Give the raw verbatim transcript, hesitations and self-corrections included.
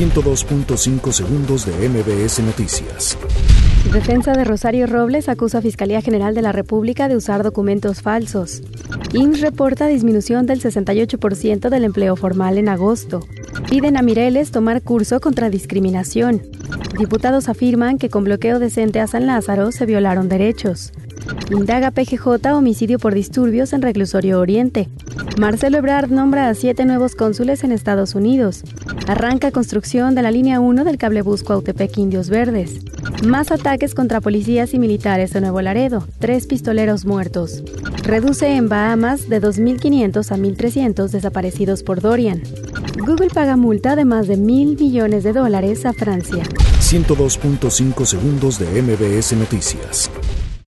ciento dos punto cinco segundos de M B S Noticias. Defensa de Rosario Robles acusa a Fiscalía General de la República de usar documentos falsos. I M S S reporta disminución del sesenta y ocho por ciento del empleo formal en agosto. Piden a Mireles tomar curso contra discriminación. Diputados afirman que con bloqueo decente a San Lázaro se violaron derechos. Indaga P G J homicidio por disturbios en Reclusorio Oriente. Marcelo Ebrard nombra a siete nuevos cónsules en Estados Unidos. Arranca construcción de la línea uno del cablebús Cuautepec-Indios Verdes. Más ataques contra policías y militares de Nuevo Laredo. Tres pistoleros muertos. Reduce en Bahamas de dos mil quinientos a mil trescientos desaparecidos por Dorian. Google paga multa de más de mil millones de dólares a Francia. ciento dos punto cinco segundos de M B S Noticias.